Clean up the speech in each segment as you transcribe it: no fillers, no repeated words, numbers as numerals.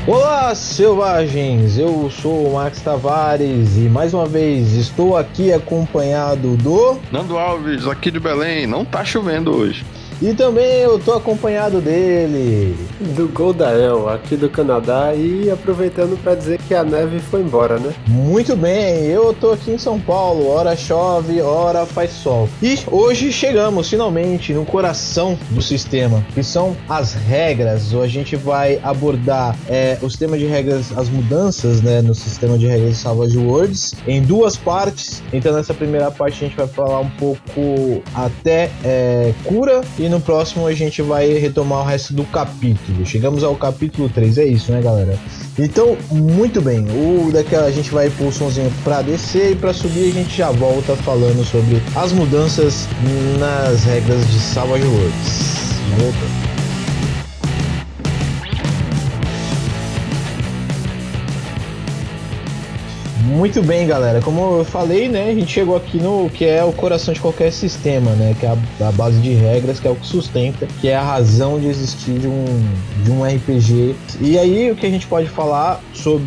Olá, selvagens! Eu sou o Max Tavares e mais uma vez estou aqui acompanhado do Nando Alves, aqui de Belém. Não tá chovendo hoje. E também eu tô acompanhado dele, do Goldael, aqui do Canadá, e aproveitando para dizer que a neve foi embora, né? Muito bem, eu tô aqui em São Paulo, ora chove, ora faz sol. E hoje chegamos finalmente no coração do sistema, que são as regras. Hoje a gente vai abordar o sistema de regras, as mudanças, né, no sistema de regras de Savage Worlds, em duas partes. Então nessa primeira parte a gente vai falar um pouco até cura, e no próximo a gente vai retomar o resto do capítulo. Chegamos ao capítulo 3, é isso, né, galera? Então, muito bem, daqui a gente vai pôr o somzinho pra descer e pra subir a gente já volta falando sobre as mudanças nas regras de Savage Worlds. Volta. Muito bem, galera, como eu falei, né, a gente chegou aqui no que é o coração de qualquer sistema, né, que é a base de regras, que é o que sustenta, que é a razão de existir de um RPG. E aí o que a gente pode falar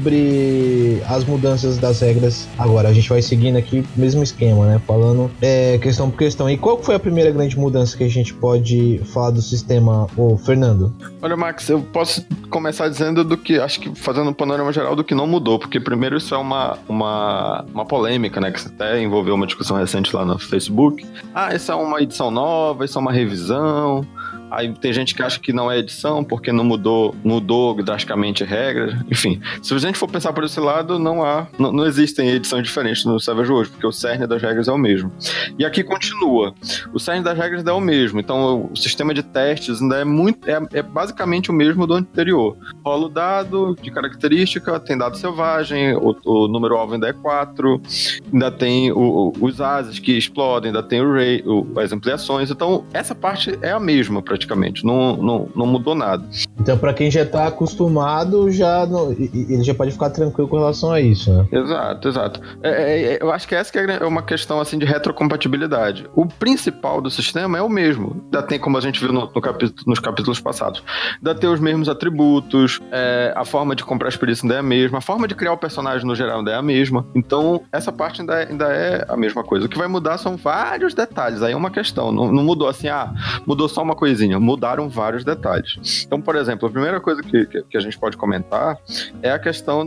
sobre as mudanças das regras agora? A gente vai seguindo aqui o mesmo esquema, né, falando questão por questão. E qual foi a primeira grande mudança que a gente pode falar do sistema, Fernando? Olha, Max, eu posso começar dizendo do que, acho que fazendo um panorama geral do que não mudou, porque primeiro isso é uma polêmica, né, que até envolveu uma discussão recente lá no Facebook. Isso é uma edição nova, isso é uma revisão. Aí tem gente que acha que não é edição porque não mudou drasticamente regras. Enfim, se a gente for pensar por esse lado, não existem edições diferentes no Savage Worlds, porque o cerne das regras é o mesmo. E aqui continua. O cerne das regras é o mesmo, então o sistema de testes ainda é basicamente o mesmo do anterior. Rola o dado de característica, tem dado selvagem, o número alvo ainda é 4, ainda tem os ases que explodem, ainda tem as ampliações. Então essa parte é a mesma praticamente, não mudou nada. Então, para quem já tá acostumado, ele já pode ficar tranquilo com relação a isso, né? Exato. Eu acho que essa que é uma questão assim de retrocompatibilidade. O principal do sistema é o mesmo. Ainda tem, como a gente viu nos capítulos passados, ainda tem os mesmos atributos, a forma de comprar experiência ainda é a mesma, a forma de criar o personagem no geral ainda é a mesma. Então, essa parte ainda é a mesma coisa. O que vai mudar são vários detalhes. Aí é uma questão. Não mudou assim, mudou só uma coisinha. Mudaram vários detalhes. Então, por exemplo, a primeira coisa que a gente pode comentar é a questão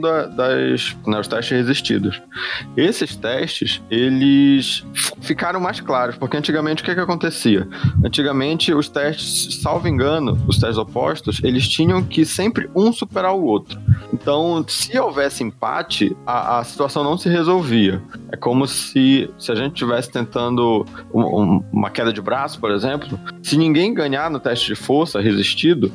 dos testes resistidos. Esses testes, eles ficaram mais claros, porque antigamente o que acontecia? Antigamente, os testes, salvo engano, os testes opostos, eles tinham que sempre um superar o outro. Então, se houvesse empate, a situação não se resolvia. É como se a gente estivesse tentando uma queda de braço, por exemplo. Se ninguém ganhar no teste de força resistido,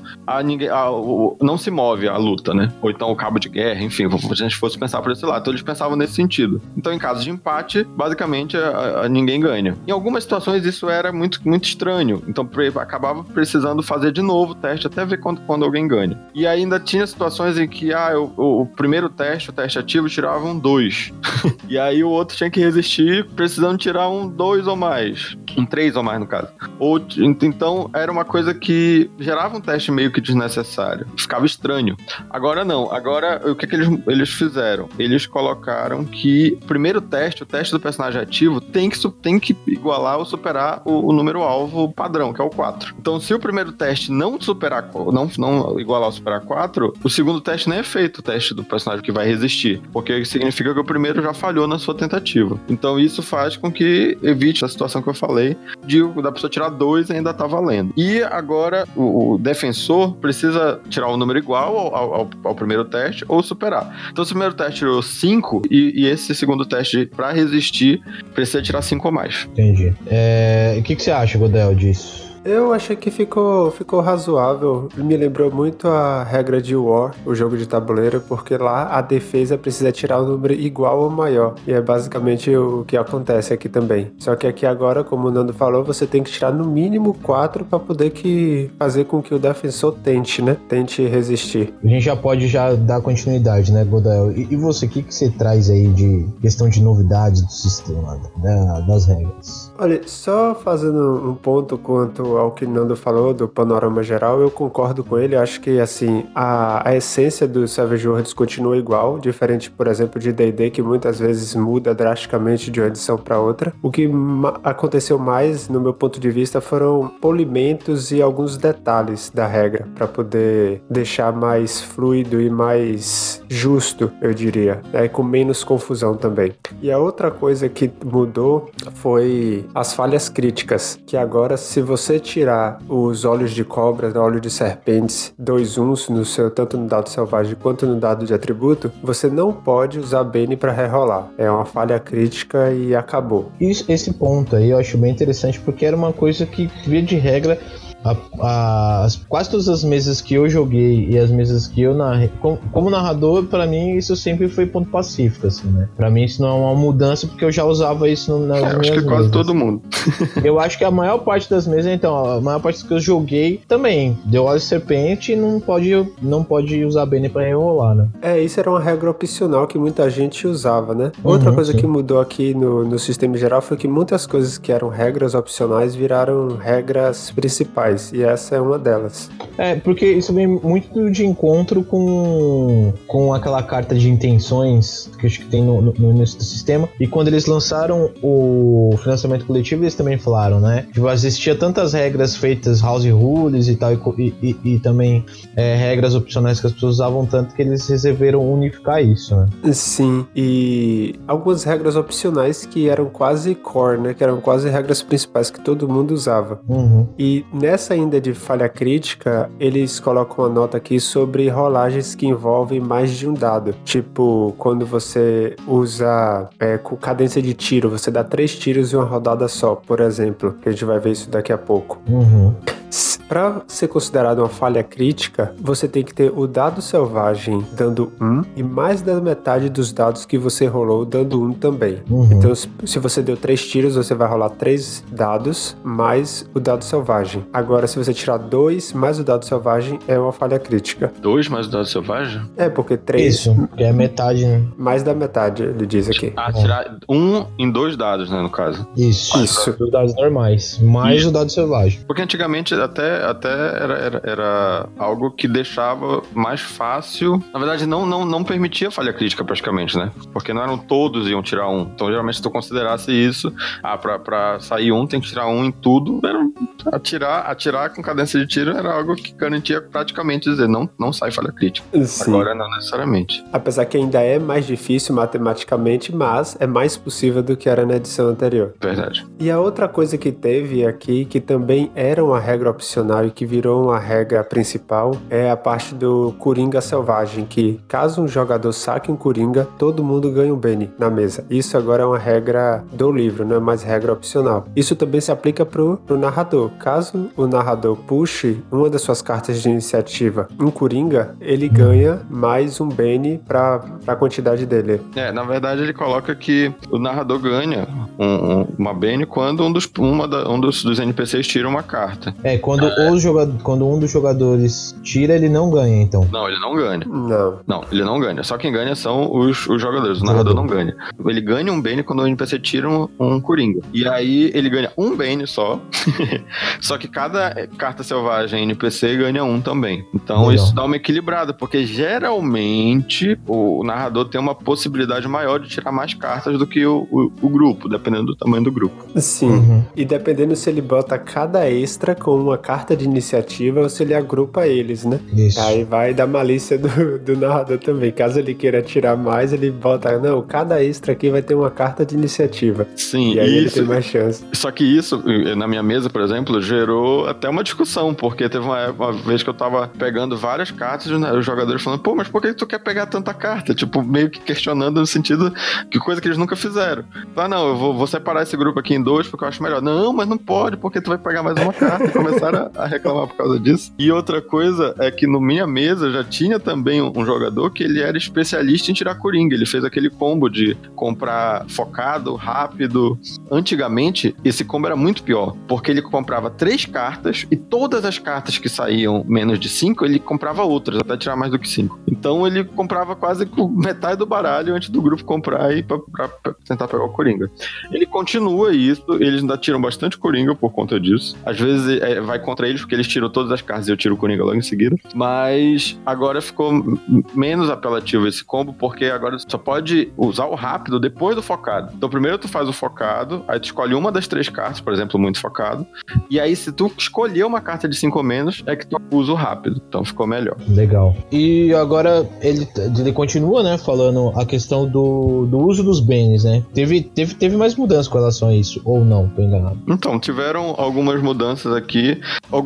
não se move a luta, né? Ou então o cabo de guerra, enfim, se a gente fosse pensar por esse lado. Então eles pensavam nesse sentido. Então, em caso de empate, basicamente ninguém ganha. Em algumas situações isso era muito, muito estranho. Então acabava precisando fazer de novo o teste até ver quando alguém ganha. E ainda tinha situações em que o primeiro teste, o teste ativo, tirava um 2. E aí o outro tinha que resistir precisando tirar um 2 ou mais. Um 3 ou mais, no caso. Então era uma coisa que gerava um teste meio que desnecessário. Ficava estranho. Agora não. Agora, o que eles fizeram? Eles colocaram que o primeiro teste, o teste do personagem ativo, tem que igualar ou superar o número alvo padrão, que é o 4. Então, se o primeiro teste não igualar ou superar 4, o segundo teste nem é feito, o teste do personagem que vai resistir. Porque significa que o primeiro já falhou na sua tentativa. Então, isso faz com que evite a situação que eu falei da pessoa tirar 2 e ainda tá valendo. E agora o defensor precisa tirar um número igual ao primeiro teste ou superar. Então, se o primeiro teste tirou 5 e esse segundo teste, para resistir, precisa tirar 5 ou mais. Entendi. O que você acha, Godel, disso? Eu achei que ficou razoável. Me lembrou muito a regra de War, o jogo de tabuleiro, porque lá a defesa precisa tirar um número igual ou maior. E é basicamente o que acontece aqui também. Só que aqui agora, como o Nando falou, você tem que tirar no mínimo 4 para poder fazer com que o defensor tente, né? Tente resistir. A gente já pode dar continuidade, né, Godel? E você, o que você traz aí de questão de novidades do sistema, das regras? Olha, só fazendo um ponto quanto ao que o Nando falou do panorama geral, eu concordo com ele. Eu acho que, assim, a essência do Savage Worlds continua igual, diferente, por exemplo, de D&D, que muitas vezes muda drasticamente de uma edição para outra. O que aconteceu mais, no meu ponto de vista, foram polimentos e alguns detalhes da regra, para poder deixar mais fluido e mais justo, eu diria, com menos confusão também. E a outra coisa que mudou foi as falhas críticas, que agora, se você tirar os olhos de cobra, olhos de serpentes, 2 uns no seu, tanto no dado selvagem quanto no dado de atributo, você não pode usar Bane para rerolar. É uma falha crítica e acabou. Esse ponto aí eu acho bem interessante, porque era uma coisa que, via de regra, quase todas as mesas que eu joguei e as mesas que eu narrei, como narrador, pra mim isso sempre foi ponto pacífico, assim, né? Pra mim isso não é uma mudança, porque eu já usava isso nas minhas mesas. Acho que quase todo mundo. Eu acho que a maior parte das mesas, então, a maior parte das que eu joguei também deu olho de serpente e não pode usar Bane pra rerolar, né? Isso era uma regra opcional que muita gente usava, né? Outra coisa que mudou aqui no sistema geral foi que muitas coisas que eram regras opcionais viraram regras principais. E essa é uma delas. Porque isso vem muito de encontro com aquela carta de intenções que acho que tem no início do sistema. E quando eles lançaram o financiamento coletivo, eles também falaram, né? Tipo, existia tantas regras feitas house rules e tal, e também regras opcionais que as pessoas usavam tanto, que eles resolveram unificar isso, né? Sim, e algumas regras opcionais que eram quase core, né? Que eram quase regras principais que todo mundo usava. E nessa ainda de falha crítica, eles colocam uma nota aqui sobre rolagens que envolvem mais de um dado. Tipo, quando você usa com cadência de tiro, você dá 3 tiros em uma rodada só, por exemplo, que a gente vai ver isso daqui a pouco. Para ser considerado uma falha crítica, você tem que ter o dado selvagem dando 1 e mais da metade dos dados que você rolou dando 1 também. Então, se você deu 3 tiros, você vai rolar 3 dados mais o dado selvagem. Agora, se você tirar 2 mais o dado selvagem, é uma falha crítica. 2 mais o dado selvagem? Porque 3... Isso, que é metade, né? Mais da metade, ele diz aqui. Tirar 1 em 2 dados, né, no caso. Isso. Os dados normais, mais o dado selvagem. Porque antigamente até era algo que deixava mais fácil. Na verdade, não permitia falha crítica praticamente, né? Porque não eram todos iam tirar 1. Então, geralmente, se tu considerasse isso, pra sair 1, tem que tirar 1 em tudo. Atirar com cadência de tiro era algo que garantia praticamente dizer, não sai falha crítica. Sim. Agora não necessariamente. Apesar que ainda é mais difícil matematicamente, mas é mais possível do que era na edição anterior. Verdade. E a outra coisa que teve aqui, que também era uma regra opcional e que virou uma regra principal, é a parte do Coringa Selvagem, que caso um jogador saque um Coringa, todo mundo ganha um Bane na mesa. Isso agora é uma regra do livro, não é mais regra opcional. Isso também se aplica pro narrador. Caso o narrador puxe uma das suas cartas de iniciativa um Coringa, ele ganha mais um Bane pra quantidade dele. Na verdade ele coloca que o narrador ganha uma Bane quando um dos NPCs tira uma carta. Quando um dos jogadores tira, ele não ganha, então. Não, ele não ganha. Não, ele não ganha. Só quem ganha são os jogadores. O narrador não ganha. Ele ganha um Bane quando o NPC tira um Coringa. E aí ele ganha um Bane só. Só que cada carta selvagem NPC ganha um também. Então isso dá uma equilibrada, porque geralmente o narrador tem uma possibilidade maior de tirar mais cartas do que o grupo, dependendo do tamanho do grupo. Sim. E dependendo se ele bota cada extra com uma carta de iniciativa ou se ele agrupa eles, né? Isso. Aí vai da malícia do narrador também. Caso ele queira tirar mais, ele bota, não, cada extra aqui vai ter uma carta de iniciativa. Sim, e aí ele tem mais chance. Só que isso, na minha mesa, por exemplo, gerou até uma discussão, porque teve uma vez que eu tava pegando várias cartas e os jogadores falando, pô, mas por que tu quer pegar tanta carta? Tipo, meio que questionando no sentido que coisa que eles nunca fizeram. Não, eu vou separar esse grupo aqui em 2 porque eu acho melhor. Não, mas não pode, porque tu vai pegar mais uma carta. E começaram a reclamar por causa disso. E outra coisa é que no minha mesa já tinha também um jogador que ele era especialista em tirar Coringa. Ele fez aquele combo de comprar focado, rápido. Antigamente, esse combo era muito pior, porque ele comprava comprava 3 cartas e todas as cartas que saíam menos de 5, ele comprava outras, até tirar mais do que 5. Então ele comprava quase metade do baralho antes do grupo comprar e pra tentar pegar o Coringa. Ele continua isso, eles ainda tiram bastante Coringa por conta disso. Às vezes vai contra eles porque eles tiram todas as cartas e eu tiro o Coringa logo em seguida. Mas agora ficou menos apelativo esse combo, porque agora só pode usar o rápido depois do focado. Então primeiro tu faz o focado, aí tu escolhe uma das 3 cartas, por exemplo, muito focado, e aí se tu escolher uma carta de 5 ou menos, é que tu usa o rápido. Então ficou melhor. Legal. E agora ele continua, né, falando a questão do uso dos bens, né? Teve mais mudanças com relação a isso, ou não? Tô enganado. Então, tiveram algumas mudanças aqui.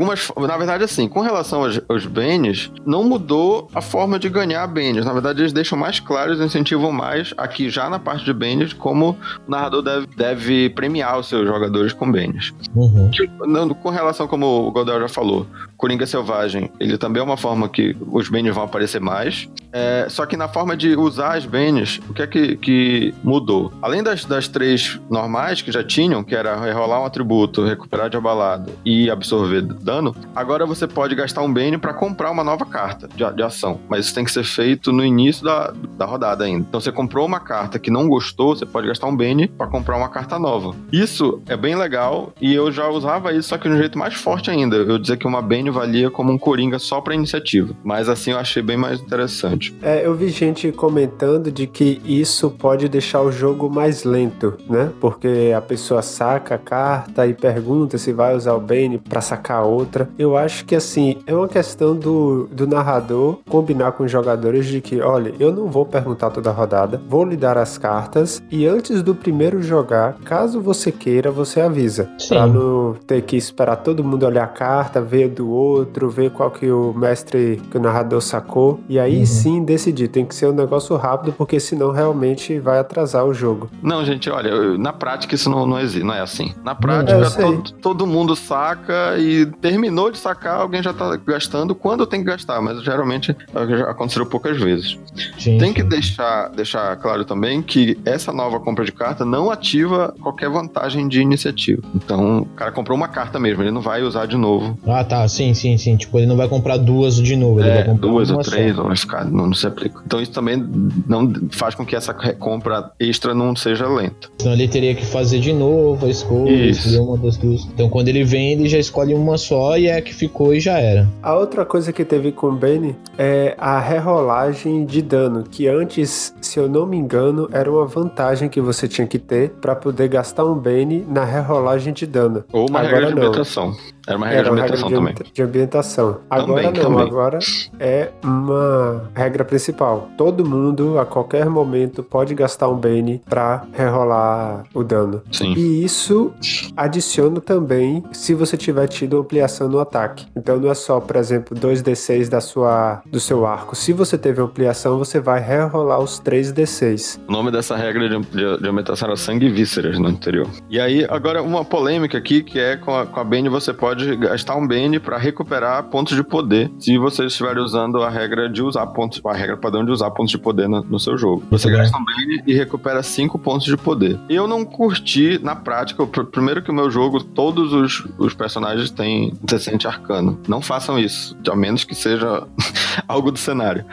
Na verdade, assim, com relação aos bens, não mudou a forma de ganhar bens. Na verdade, eles deixam mais claros e incentivam mais aqui já na parte de bens, como o narrador deve premiar os seus jogadores com bens. Uhum. Com relação, como o Godel já falou, Coringa Selvagem, ele também é uma forma que os bens vão aparecer mais. Só que na forma de usar as bens, o que é que mudou? Além das 3 normais que já tinham, que era rerolar um atributo, recuperar de abalado e absorver dano, agora você pode gastar um bane para comprar uma nova carta de ação. Mas isso tem que ser feito no início da rodada ainda. Então você comprou uma carta que não gostou, você pode gastar um bane para comprar uma carta nova. Isso é bem legal e eu já usava isso, só que de um jeito mais forte ainda. Eu dizia que uma bane valia como um Coringa só para iniciativa. Mas assim eu achei bem mais interessante. Eu vi gente comentando de que isso pode deixar o jogo mais lento, né? Porque a pessoa saca a carta e pergunta se vai usar o Bane pra sacar outra. Eu acho que, assim, é uma questão do narrador combinar com os jogadores de que, olha, eu não vou perguntar toda a rodada, vou lhe dar as cartas e antes do primeiro jogar, caso você queira, você avisa. Sim. Pra não ter que esperar todo mundo olhar a carta, ver do outro, ver qual que o mestre, que o narrador sacou, e aí sim decidir. Tem que ser um negócio rápido, porque senão realmente vai atrasar o jogo. Não, gente, olha, na prática isso não existe, não é assim. Na prática, todo mundo saca e terminou de sacar, alguém já tá gastando quando tem que gastar, mas geralmente já aconteceu poucas vezes. Tem que deixar claro também que essa nova compra de carta não ativa qualquer vantagem de iniciativa. Então, o cara comprou uma carta mesmo, ele não vai usar de novo. Ah, tá, sim. Tipo, ele não vai comprar 2 de novo, ele vai comprar 2 ou 3, ou vai ficar, não se aplica. Então isso também não faz com que essa compra extra não seja lenta. Senão ele teria que fazer de novo a escolha, escolher uma das 2. Então quando ele vem, ele já escolhe uma só e é a que ficou e já era. A outra coisa que teve com o Bane é a rerolagem de dano, que antes, se eu não me engano, era uma vantagem que você tinha que ter para poder gastar um Bane na rerolagem de dano. Ou uma regra de ambientação. Era uma regra de ambientação também. De ambientação. Agora também. Agora é uma regra principal. Todo mundo, a qualquer momento, pode gastar um Bane pra rerolar o dano. Sim. E isso adiciona também se você tiver tido ampliação no ataque. Então não é só, por exemplo, 2d6 do seu arco. Se você teve ampliação, você vai rerolar os 3d6. O nome dessa regra de ambientação era Sangue e Vísceras no anterior. E aí, agora uma polêmica aqui, que é com a Bane você pode gastar um Bane para recuperar pontos de poder se você estiver usando a regra de usar a regra padrão de usar pontos de poder no seu jogo. Você gasta um Bane e recupera 5 pontos de poder. Eu não curti na prática, primeiro que o meu jogo, todos os personagens têm antecedente arcano. Não façam isso, a menos que seja algo do cenário.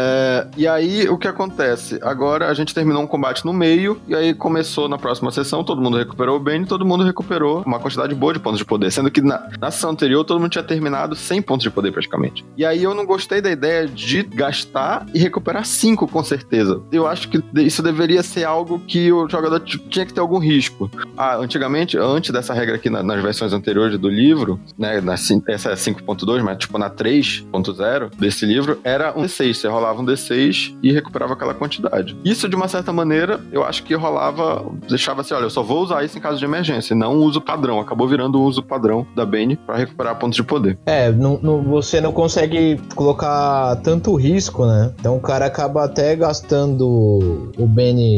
E aí, o que acontece? Agora a gente terminou um combate no meio, e aí começou na próxima sessão, todo mundo recuperou o Bane, todo mundo recuperou uma quantidade boa de pontos de poder, sendo que na sessão anterior todo mundo tinha terminado 100 pontos de poder praticamente. E aí eu não gostei da ideia de gastar e recuperar 5 com certeza. Eu acho que isso deveria ser algo que o jogador tinha que ter algum risco. Antigamente, antes dessa regra aqui nas versões anteriores do livro, né, essa é 5.2, mas tipo na 3.0 desse livro, era um D6. Você rolava um D6 e recuperava aquela quantidade. Isso, de uma certa maneira, eu acho que deixava assim, olha, eu só vou usar isso em caso de emergência, não uso padrão. Acabou virando o uso padrão da Bane para recuperar pontos de poder. Você não consegue colocar tanto risco, né? Então o cara acaba até gastando o Bane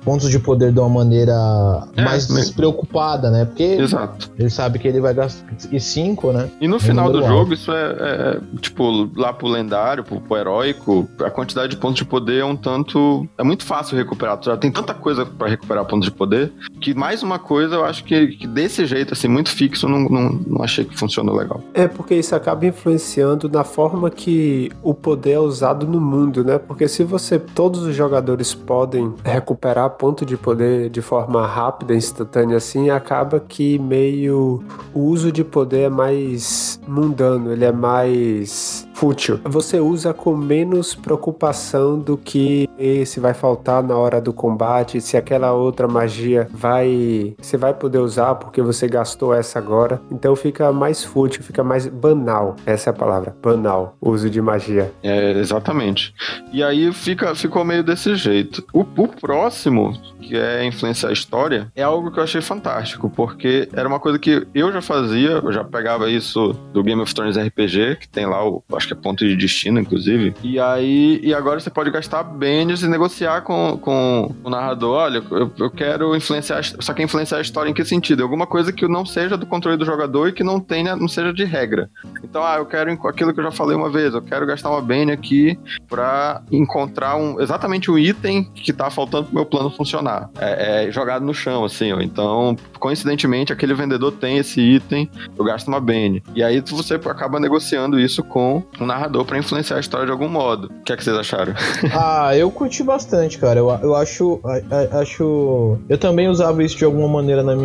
pontos de poder de uma maneira mais despreocupada, né? Porque Exato. ele sabe que ele vai gastar 5, né? E no final do jogo, isso tipo, lá pro lendário, pro heróico, a quantidade de pontos de poder é muito fácil recuperar. Já tem tanta coisa pra recuperar pontos de poder, que mais uma coisa eu acho que desse jeito, assim, muito fixo, não achei que funcionou legal. Porque isso acaba influenciando na forma que o poder é usado no mundo, né? Porque se todos os jogadores podem recuperar ponto de poder de forma rápida, instantânea assim, acaba que meio o uso de poder é mais mundano, ele é mais fútil. Você usa com menos preocupação do que se vai faltar na hora do combate, se aquela outra magia você vai poder usar porque você gastou essa agora. Então fica mais fútil, fica mais banal. Essa é a palavra, banal, o uso de magia. Exatamente. E aí ficou meio desse jeito. O próximo, que é influenciar a história, é algo que eu achei fantástico, porque era uma coisa que eu já fazia, eu já pegava isso do Game of Thrones RPG, que tem lá acho que é ponto de destino, inclusive, e agora você pode gastar bens e negociar com o narrador. Olha, eu quero influenciar, só que influenciar a história em que sentido? Alguma coisa que não seja do controle do jogador e que não seja de regra. Então, eu quero aquilo que eu já falei uma vez, eu quero gastar uma bene aqui pra encontrar exatamente o item que tá faltando pro meu plano funcionar. É jogado no chão, assim, ó. Então, coincidentemente, aquele vendedor tem esse item, eu gasto uma bene. E aí você acaba negociando isso com o narrador pra influenciar a história de algum modo. O que é que vocês acharam? Eu curti bastante, cara. Eu acho... Eu também usava isso de alguma maneira nas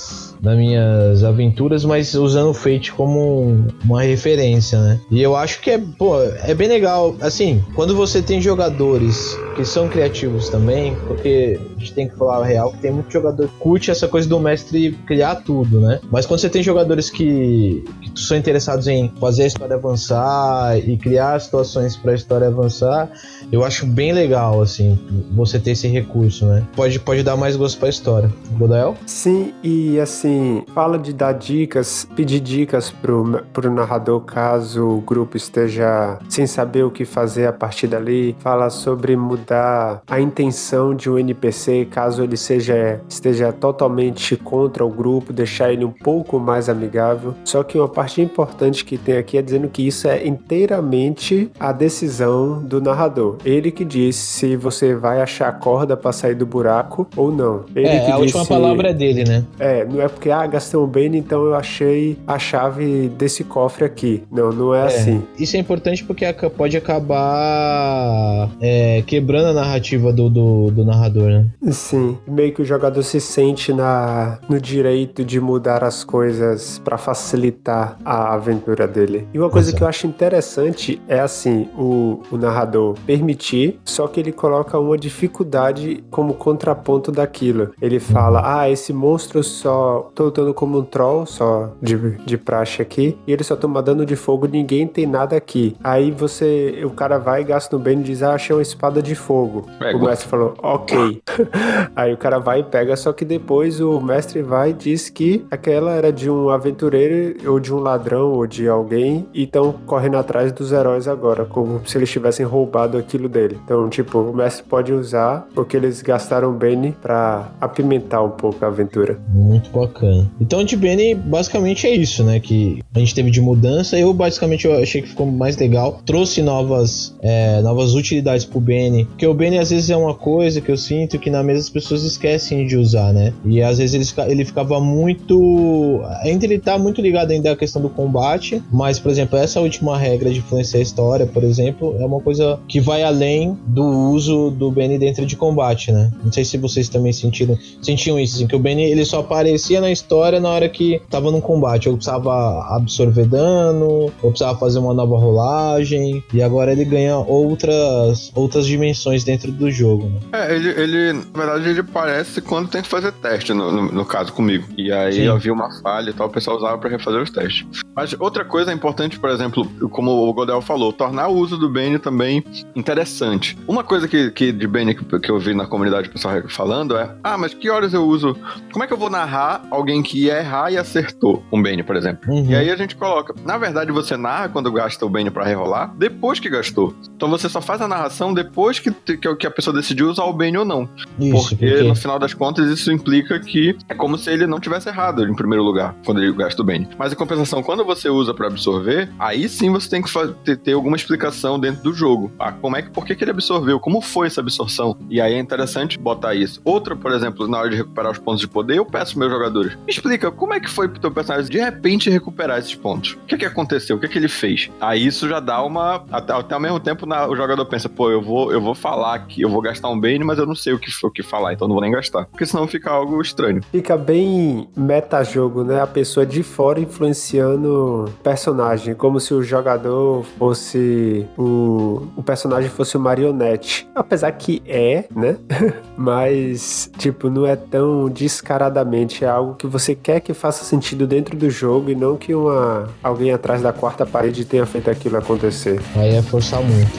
minhas aventuras, mas usando o Fate como uma referência, né? E eu acho que é bem legal, assim, quando você tem jogadores que são criativos também, porque a gente tem que falar a real, que tem muito jogador que curte essa coisa do mestre criar tudo, né? Mas quando você tem jogadores que são interessados em fazer a história avançar e criar situações pra história avançar, eu acho bem legal, assim, você ter esse recurso, né? Pode dar mais gosto pra história. Godael? Sim, e assim, fala de dar dicas, pedir dicas pro narrador caso o grupo esteja sem saber o que fazer a partir dali. Fala sobre mudar a intenção de um NPC caso ele esteja totalmente contra o grupo, deixar ele um pouco mais amigável. Só que uma parte importante que tem aqui é dizendo que isso é inteiramente a decisão do narrador. Ele que diz se você vai achar a corda pra sair do buraco ou não. Ele que a última palavra é dele, né? Não é porque, gastei um bem, então eu achei a chave desse cofre aqui. Não é assim. Isso é importante porque pode acabar quebrando a narrativa do narrador, né? Sim, meio que o jogador se sente no direito de mudar as coisas pra facilitar a aventura dele. E uma coisa que eu acho interessante é assim, o narrador permitir, só que ele coloca uma dificuldade como contraponto daquilo. Ele fala, esse monstro só tô lutando como um troll, só de praxe aqui, e ele só toma dano de fogo, ninguém tem nada aqui. Aí o cara vai e gasta no bem e diz, achei uma espada de fogo. O mestre falou, ok. Aí o cara vai e pega, só que depois o mestre vai e diz que aquela era de um aventureiro, ou de um ladrão, ou de alguém, e estão correndo atrás dos heróis agora, como se eles tivessem roubado aquilo dele. Então, o mestre pode usar o que eles gastaram bem pra apimentar um pouco a aventura. Muito bacana. Então, de Bene, basicamente é isso, né? Que a gente teve de mudança. Eu achei que ficou mais legal. Trouxe novas utilidades pro Bene. Porque o Bene, às vezes, é uma coisa que eu sinto que na mesa as pessoas esquecem de usar, né? E às vezes ele ficava muito... Ele tá muito ligado ainda à questão do combate. Mas, por exemplo, essa última regra de influenciar a história, por exemplo, é uma coisa que vai além do uso do Bene dentro de combate, né? Não sei se vocês também sentiam isso, assim, que o Bene, ele só aparecia na história na hora que tava num combate, ou precisava absorver dano, ou precisava fazer uma nova rolagem, e agora ele ganha outras dimensões dentro do jogo, né? Ele na verdade, ele parece quando tem que fazer teste, no caso comigo. E aí havia uma falha e tal, o pessoal usava pra refazer os testes. Mas outra coisa importante, por exemplo, como como o Godel falou, tornar o uso do Bane também interessante. Uma coisa de Bane que eu vi na comunidade o pessoal falando é, mas que horas eu uso? Como é que eu vou narrar alguém que ia errar e acertou um Bane, por exemplo? E aí a gente coloca, na verdade você narra quando gasta o Bane pra rerolar, depois que gastou. Então você só faz a narração depois que a pessoa decidiu usar o Bane ou não. Porque no final das contas isso implica que é como se ele não tivesse errado em primeiro lugar, quando ele gasta o Bane. Mas em compensação, quando você usa pra absorver, aí sim você tem que ter alguma explicação dentro do jogo. Por que ele absorveu? Como foi essa absorção? E aí é interessante botar isso. Outra, por exemplo, na hora de recuperar os pontos de poder, eu peço meus jogadores, me explica, como é que foi pro teu personagem de repente recuperar esses pontos? O que aconteceu? O que ele fez? Aí isso já dá até ao mesmo tempo o jogador pensa, eu vou falar que eu vou gastar um Bane, mas eu não sei o que falar, então não vou nem gastar. Porque senão fica algo estranho. Fica bem metajogo, né? A pessoa de fora influenciando o personagem, como se o jogador fosse o personagem fosse o marionete. Apesar que né? Mas, não é tão descaradamente. É algo que você quer que faça sentido dentro do jogo e não que alguém atrás da quarta parede tenha feito aquilo acontecer. Aí é forçar muito.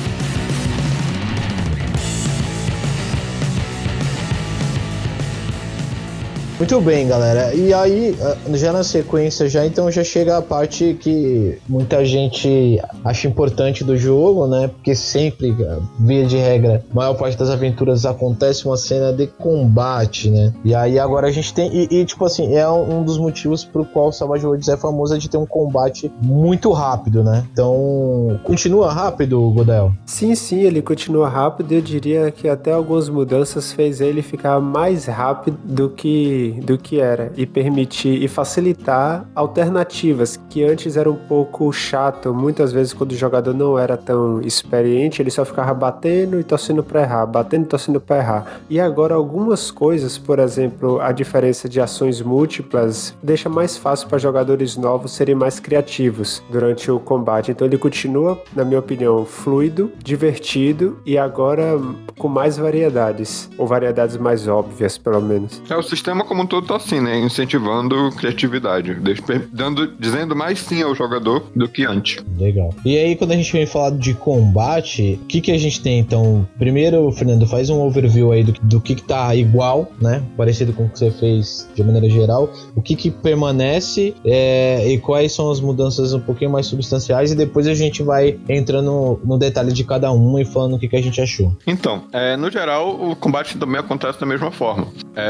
Muito bem, galera. E aí, já na sequência, então já chega a parte que muita gente acha importante do jogo, né? Porque sempre, via de regra, a maior parte das aventuras acontece uma cena de combate, né? E aí agora a gente tem... é um dos motivos pro qual o Savage Worlds é famoso, de ter um combate muito rápido, né? Então, continua rápido, Godel? Sim, ele continua rápido. Eu diria que até algumas mudanças fez ele ficar mais rápido do que era, e permitir e facilitar alternativas que antes era um pouco chato. Muitas vezes, quando o jogador não era tão experiente, ele só ficava batendo e torcendo pra errar, e agora algumas coisas, por exemplo, a diferença de ações múltiplas deixa mais fácil para jogadores novos serem mais criativos durante o combate. Então ele continua, na minha opinião, fluido, divertido e agora com mais variedades, ou variedades mais óbvias, pelo menos. O sistema como um todo tá assim, né? Incentivando criatividade, dizendo mais sim ao jogador do que antes. Legal. E aí, quando a gente vem falar de combate, o que a gente tem, então? Primeiro, Fernando, faz um overview aí do que tá igual, né? Parecido com o que você fez de maneira geral. O que permanece e quais são as mudanças um pouquinho mais substanciais, e depois a gente vai entrando no detalhe de cada um e falando o que a gente achou. Então, no geral, o combate também acontece da mesma forma.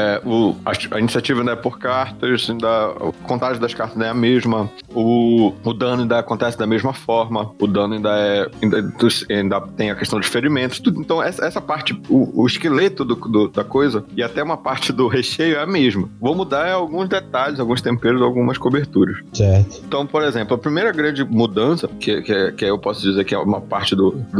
A iniciativa ainda é por cartas, a contagem das cartas ainda é a mesma, o dano ainda acontece da mesma forma, o dano ainda tem a questão de ferimentos, tudo. Então essa parte, o esqueleto da coisa e até uma parte do recheio é a mesma. Vou mudar alguns detalhes, alguns temperos, algumas coberturas. Certo. Então, por exemplo, a primeira grande mudança, que eu posso dizer que é uma parte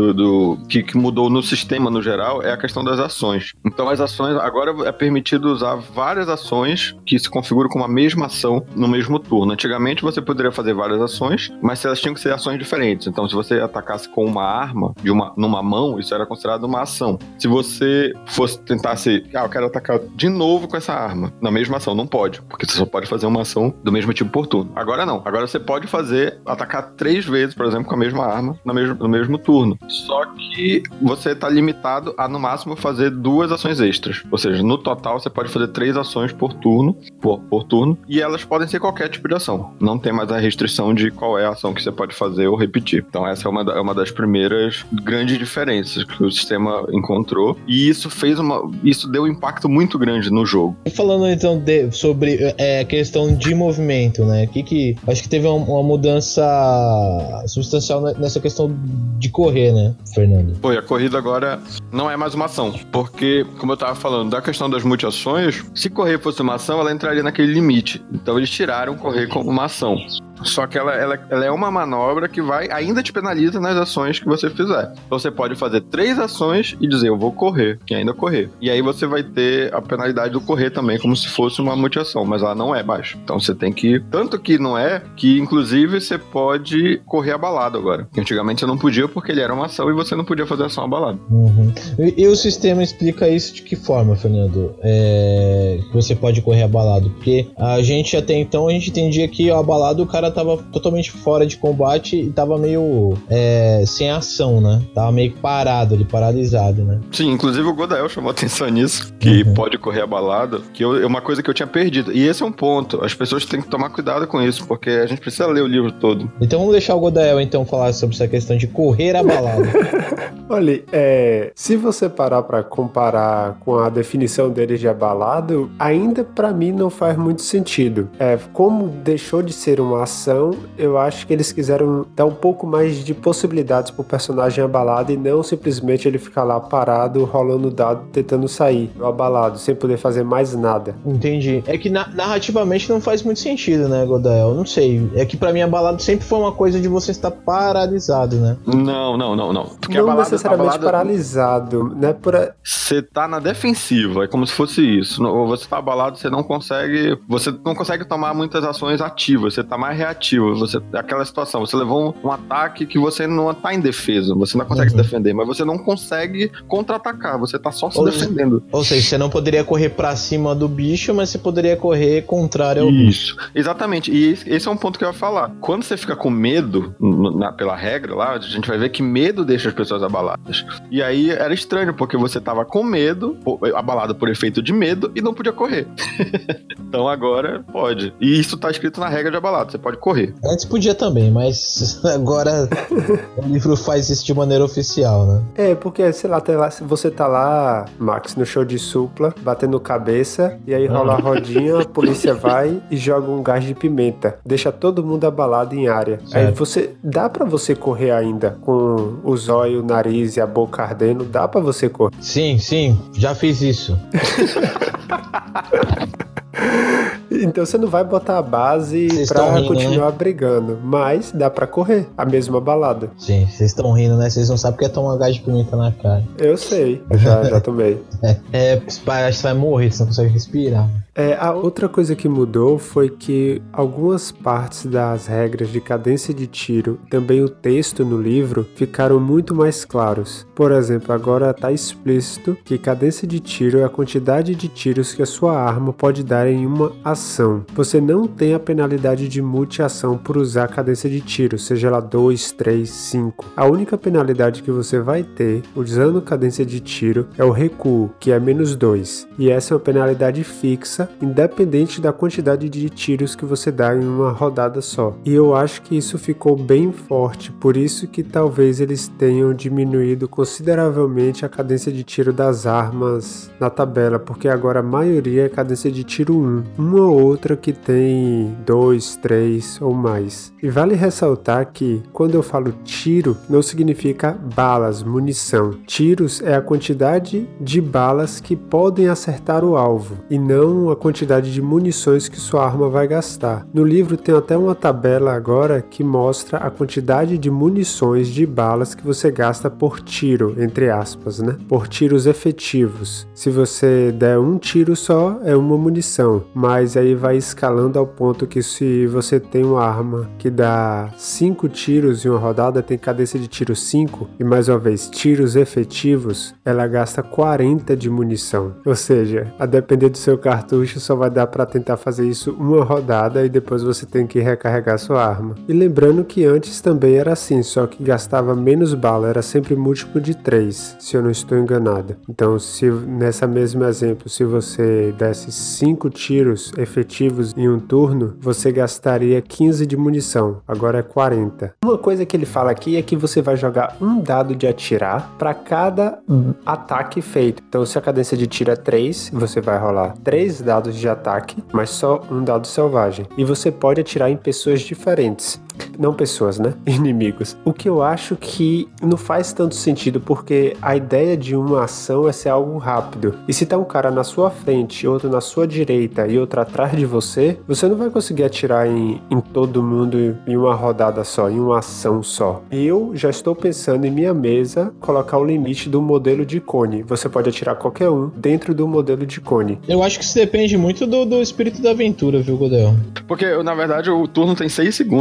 que mudou no sistema no geral, é a questão das ações. Então as ações, agora é permitido usar várias ações que se configuram como a mesma ação no mesmo turno. Antigamente você poderia fazer várias ações, mas elas tinham que ser ações diferentes. Então, se você atacasse com uma arma numa mão, isso era considerado uma ação. Se você fosse tentasse, eu quero atacar de novo com essa arma, na mesma ação, não pode, porque você só pode fazer uma ação do mesmo tipo por turno. Agora não. Agora você pode atacar 3 vezes, por exemplo, com a mesma arma no mesmo turno. Só que você está limitado a, no máximo, fazer 2 ações extras. Ou seja, no total você pode fazer 3 ações por turno, e elas podem ser qualquer tipo de ação. Não tem mais a restrição de qual é a ação que você pode fazer ou repetir. Então essa é uma das primeiras grandes diferenças que o sistema encontrou, e isso deu um impacto muito grande no jogo. E falando então sobre a questão de movimento, né? Acho que teve uma mudança substancial nessa questão de correr, né, Fernando? A corrida agora não é mais uma ação, porque, como eu tava falando, da questão das multi-ações, se correr fosse uma ação, ela entraria naquele limite. Então eles tiraram correr como uma ação. Só que ela é uma manobra que ainda te penaliza nas ações que você fizer. Então você pode fazer 3 ações e dizer, eu vou correr, e ainda correr. E aí você vai ter a penalidade do correr também, como se fosse uma multi-ação, mas ela não é baixa. Então você tem que... Tanto que não é, que inclusive você pode correr abalado agora. Antigamente você não podia porque ele era uma ação e você não podia fazer ação abalado. Uhum. E o sistema explica isso de que forma, Fernando? Que você pode correr abalado? Porque a gente até então, a gente entendia que o abalado, o cara cara tava totalmente fora de combate e tava meio sem ação, né? Tava meio parado ali, paralisado, né? Sim, inclusive o Godael chamou atenção nisso, que pode correr abalado, que é uma coisa que eu tinha perdido. E esse é um ponto, as pessoas têm que tomar cuidado com isso, porque a gente precisa ler o livro todo. Então vamos deixar o Godael, então, falar sobre essa questão de correr abalado. Olha, se você parar pra comparar com a definição deles de abalado, ainda pra mim não faz muito sentido. Como deixou de ser uma ação, eu acho que eles quiseram dar um pouco mais de possibilidades pro personagem abalado e não simplesmente ele ficar lá parado, rolando dado, tentando sair do abalado, sem poder fazer mais nada. Entendi. É que narrativamente não faz muito sentido, né, Godael? Não sei. É que pra mim abalado sempre foi uma coisa de você estar paralisado, né? Não. Porque não necessariamente paralisado, né? Você tá na defensiva, é como se fosse isso. Você tá abalado, você não consegue tomar muitas ações ativas, você tá mais reativo. Aquela situação, você levou um ataque que você não tá em defesa, você não consegue se defender, mas você não consegue contra-atacar, você tá só se defendendo. Ou seja, você não poderia correr pra cima do bicho, mas você poderia correr contrário ao bicho. Exatamente, e esse é um ponto que eu ia falar. Quando você fica com medo, pela regra lá, a gente vai ver que medo deixa as pessoas abaladas. E aí era estranho, porque você tava com medo, abalado por efeito de medo, e não podia correr. Então agora pode. E isso tá escrito na regra de abalado, você pode correr. Antes podia também, mas agora o livro faz isso de maneira oficial, né? Porque, sei lá, você tá lá, Max, no show de supla, batendo cabeça, e aí rola a rodinha, a polícia vai e joga um gás de pimenta. Deixa todo mundo abalado em área. Certo. Aí dá pra você correr ainda, com o zóio, o nariz e a boca ardendo, dá pra você correr. Sim, já fiz isso. Então você não vai botar a base pra continuar brigando, mas dá pra correr, a mesma balada. Sim, vocês estão rindo, né? Vocês não sabem o que é tomar gás de pimenta na cara. Eu sei, já tomei. Acho que você vai morrer, você não consegue respirar. A outra coisa que mudou foi que algumas partes das regras de cadência de tiro, também o texto no livro, ficaram muito mais claros. Por exemplo, agora está explícito que cadência de tiro é a quantidade de tiros que a sua arma pode dar em uma ação. Você não tem a penalidade de multi-ação por usar cadência de tiro, seja ela 2, 3, 5. A única penalidade que você vai ter usando cadência de tiro é o recuo, que é -2. E essa é uma penalidade fixa, independente da quantidade de tiros que você dá em uma rodada só. E eu acho que isso ficou bem forte, por isso que talvez eles tenham diminuído consideravelmente a cadência de tiro das armas na tabela, porque agora a maioria é cadência de tiro 1, uma ou outra que tem 2, 3 ou mais. E vale ressaltar que quando eu falo tiro, não significa balas, munição. Tiros é a quantidade de balas que podem acertar o alvo, e não a quantidade de munições que sua arma vai gastar. No livro tem até uma tabela agora que mostra a quantidade de munições de balas que você gasta por tiro, entre aspas, né? Por tiros efetivos. Se você der um tiro só, é uma munição, mas aí vai escalando ao ponto que se você tem uma arma que dá 5 tiros em uma rodada, tem cadência de tiro 5, e mais uma vez, tiros efetivos, ela gasta 40 de munição. Ou seja, a depender do seu cartucho, só vai dar para tentar fazer isso uma rodada e depois você tem que recarregar sua arma. E lembrando que antes também era assim, só que gastava menos bala, era sempre múltiplo de 3, se eu não estou enganado. Então, se nessa mesmo exemplo, se você desse 5 tiros efetivos em um turno, você gastaria 15 de munição, agora é 40. Uma coisa que ele fala aqui é que você vai jogar um dado de atirar para cada ataque feito. Então, se a cadência de tiro é 3, você vai rolar 3 dados de ataque, mas só um dado selvagem. E você pode atirar em pessoas diferentes. Não pessoas, né? Inimigos. O que eu acho que não faz tanto sentido, porque a ideia de uma ação é ser algo rápido. E se tá um cara na sua frente, outro na sua direita e outro atrás de você, você não vai conseguir atirar em todo mundo em uma rodada só, em uma ação só. Eu já estou pensando em minha mesa colocar o limite do modelo de cone. Você pode atirar qualquer um dentro do modelo de cone. Eu acho que isso depende muito do espírito da aventura, viu, Godel? Porque, na verdade, o turno tem 6 segundos.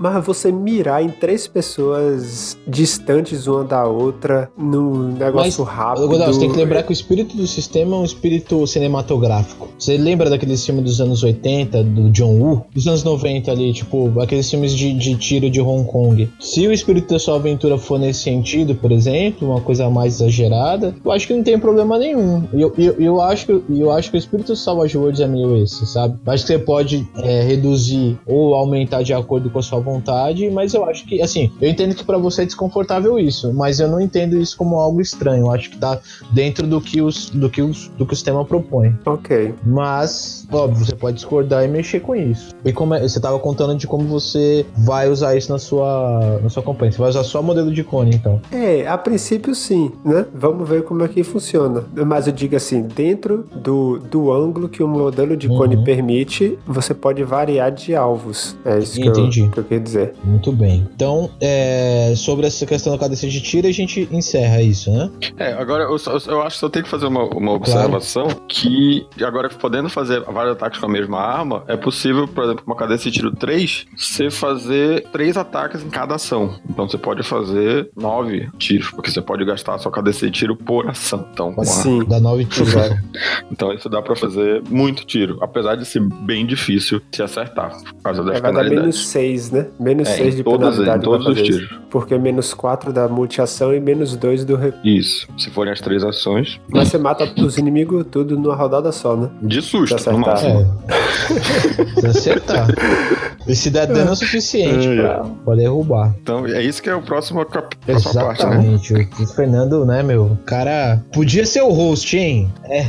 Mas você mirar em 3 pessoas distantes uma da outra, num negócio rápido... Godal, você tem que lembrar que o espírito do sistema é um espírito cinematográfico. Você lembra daqueles filmes dos anos 80, do John Woo? Dos anos 90 ali, tipo, aqueles filmes de tiro de Hong Kong. Se o espírito da sua aventura for nesse sentido, por exemplo, uma coisa mais exagerada, eu acho que não tem problema nenhum. Eu acho que o espírito do Savage Worlds é meio esse, sabe? Eu acho que você pode reduzir ou aumentar de acordo com a sua vontade, mas eu acho que, assim, eu entendo que pra você é desconfortável isso, mas eu não entendo isso como algo estranho. Eu acho que tá dentro do que o sistema propõe. Ok. Mas, óbvio, você pode discordar e mexer com isso. E como você tava contando de como você vai usar isso na sua campanha. Você vai usar só modelo de cone, então. A princípio sim, né? Vamos ver como é que funciona. Mas eu digo assim, dentro do ângulo que o modelo de cone permite, você pode variar de alvos. É isso que eu quero dizer. Muito bem. Então, sobre essa questão da cadência de tiro, a gente encerra isso, né? Agora eu acho que só tem que fazer uma observação, que agora podendo fazer vários ataques com a mesma arma, é possível, por exemplo, com uma cadência de tiro 3, você fazer 3 ataques em cada ação. Então você pode fazer 9 tiros, porque você pode gastar a sua cadência de tiro por ação. Então, sim, dá 9 tiros. Então isso dá pra fazer muito tiro, apesar de ser bem difícil de acertar, por causa das penalidades. Vai dar menos 6, né? Menos 6 de penalidade. Em todos os tiros. Porque menos 4 da multi-ação e menos 2 do recurso. Isso, se forem as 3 ações. Mas você mata os inimigos tudo numa rodada só, né? De susto, no máximo. Se acertar. E se der dano é o suficiente pra derrubar. Então, é isso que é o próximo parte, né? Exatamente. O Fernando, né, meu? O cara podia ser o host, hein?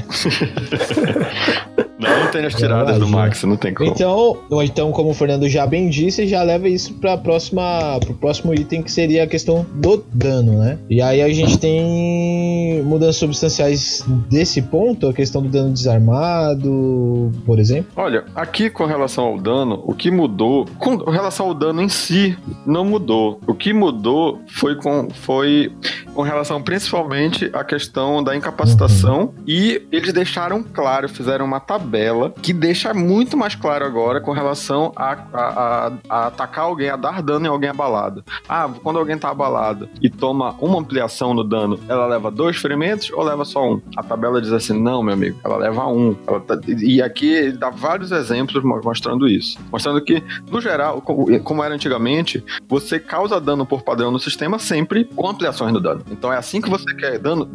Não tem as tiradas do Max, não tem como. Então, como o Fernando já bem disse, já leva isso pro próximo item, que seria a questão do dano, né? E aí a gente tem mudanças substanciais desse ponto, a questão do dano desarmado, por exemplo. Olha, aqui com relação ao dano, o que mudou, com relação ao dano em si, não mudou. O que mudou foi com relação principalmente à questão da incapacitação, e eles deixaram claro, fizeram uma tabela que deixa muito mais claro agora com relação a atacar alguém, a dar dano em alguém abalado. Quando alguém tá abalado e toma uma ampliação no dano, ela leva 2 ferimentos ou leva só 1? A tabela diz assim, não, meu amigo, ela leva 1. E aqui ele dá vários exemplos mostrando isso. Mostrando que, no geral, como era antigamente, você causa dano por padrão no sistema sempre com ampliações no dano. Então é assim que você quer dano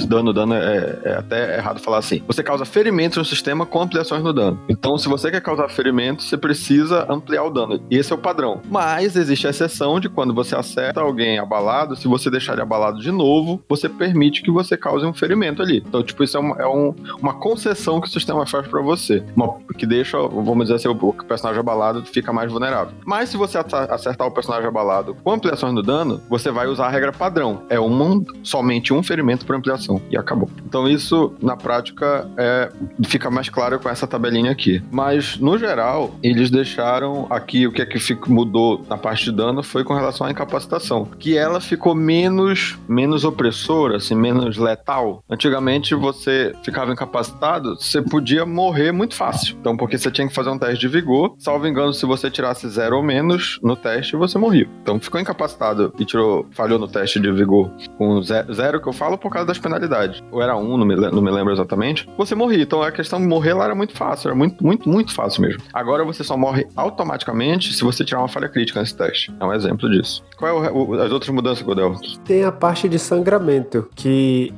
é até errado falar assim. Você causa ferimentos no sistema com ampliações no dano. Então, se você quer causar ferimentos, você precisa ampliar o dano. E esse é o padrão. Mas existe a exceção de quando você acerta alguém abalado, se você deixar ele abalado de novo, você permite que você cause um ferimento ali. Então, tipo, isso é uma concessão que o sistema faz pra você. Que deixa, vamos dizer assim, o personagem abalado fica mais vulnerável. Mas se você acertar o personagem abalado com ampliações no dano, você vai usar a regra padrão. É somente um ferimento por ampliação. E acabou. Então, isso, na prática, fica mais claro com essa tabelinha aqui. Mas, no geral, eles deixaram aqui o que é que mudou na parte de dano foi com relação à incapacitação, que ela ficou menos opressora, assim, menos letal. Antigamente, você ficava incapacitado, você podia morrer muito fácil. Então, porque você tinha que fazer um teste de vigor, salvo engano, se você tirasse 0 ou menos no teste, você morria. Então, ficou incapacitado e falhou no teste de vigor com 0, que eu falo por causa das penalidades. Ou era 1, não me lembro exatamente. Você morria. Então, a questão de morrer lá era muito fácil. Era muito fácil mesmo. Agora, você só morre automaticamente se você tirar uma falha crítica nesse teste. É um exemplo disso. Qual é as outras mudanças, Godel? Tem a parte de sangramento, que